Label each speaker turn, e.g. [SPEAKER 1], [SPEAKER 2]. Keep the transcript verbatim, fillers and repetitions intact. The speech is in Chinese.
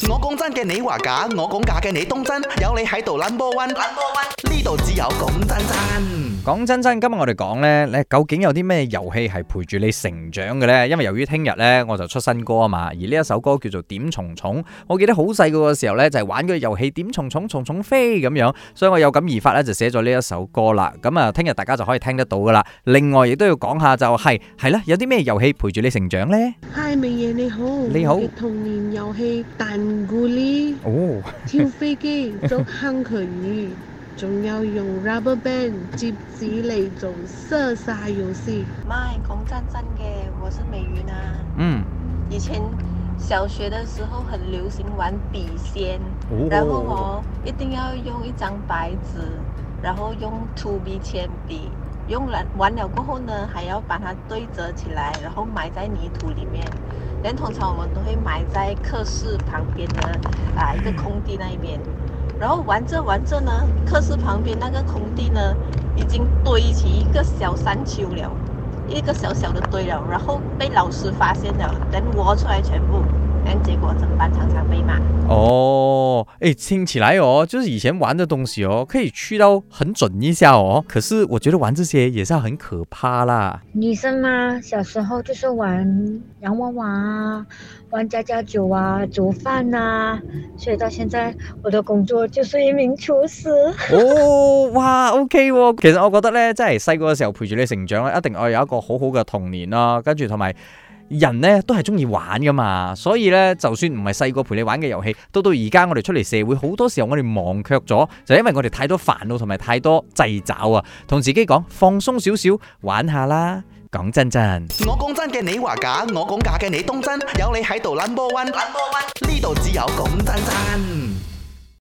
[SPEAKER 1] 我講真嘅，你話假；我講假嘅，你當真。有你喺度 number one，number one，呢度只有講真真。
[SPEAKER 2] 講真真，今日我哋講呢，你究竟有啲咩遊戲係陪住你成長嘅呢？因為由於聽日呢，我就出新歌啊嘛，而呢一首歌叫做點蟲蟲。我記得好細個嘅時候呢，就係玩嗰個遊戲點蟲蟲蟲蟲飛咁樣，所以我有感而發呢，就寫咗呢一首歌啦。咁啊，聽日大家就可以聽得到噶啦。另外亦都要講下就係係啦，有啲咩遊戲陪住你成長呢？
[SPEAKER 3] 嗨，明爺你好，
[SPEAKER 2] 你好。
[SPEAKER 3] 我嘅童年遊戲彈咕哩、
[SPEAKER 2] 哦，
[SPEAKER 3] 跳飛機、捉坑渠魚，仲有用 rubber band 接紙嚟做射殺遊戲。
[SPEAKER 4] 媽，講真真嘅，我是美雲啊。
[SPEAKER 2] 嗯，
[SPEAKER 4] 以前小學的時候很流行玩筆仙，
[SPEAKER 2] 哦、
[SPEAKER 4] 然後我一定要用一張白紙，然後用 two B 鉛筆，用完完了過後呢，還要把它對折起來，然後埋在泥土裡面。但通常我們都會埋在課室旁邊的啊一個空地那一邊。然後玩着玩着呢，課室旁邊那個空地呢，已經堆起一個小山丘了，一個小小的堆了，然後被老師發現了，等挖出來全部，但結果整班常常被罵。
[SPEAKER 2] 哦，誒，聽起來哦，就是以前玩的東西哦，可以去到很準一下哦。可是我覺得玩這些也是很可怕啦。
[SPEAKER 5] 女生嘛，小時候就是玩洋娃娃啊，玩家家酒啊，煮飯啊，所以到現在我的工作就是一名廚師。
[SPEAKER 2] 哦，哇 ，OK 喎。其實我覺得咧，真係細個嘅時候陪住你成長咧，一定要有一個好好嘅童年啦，跟住同埋。人呢都係中意玩噶嘛，所以呢，就算唔係細個陪你玩嘅遊戲，到到而家我哋出嚟社會，好多時候我哋忘卻咗，就因為我哋太多煩惱同埋太多掣肘啊，同自己講放鬆少少，玩下啦。講真真，
[SPEAKER 1] 我講真嘅，你話假；我講假嘅，你當真。有你喺度 number one，number one，呢度只有講真真。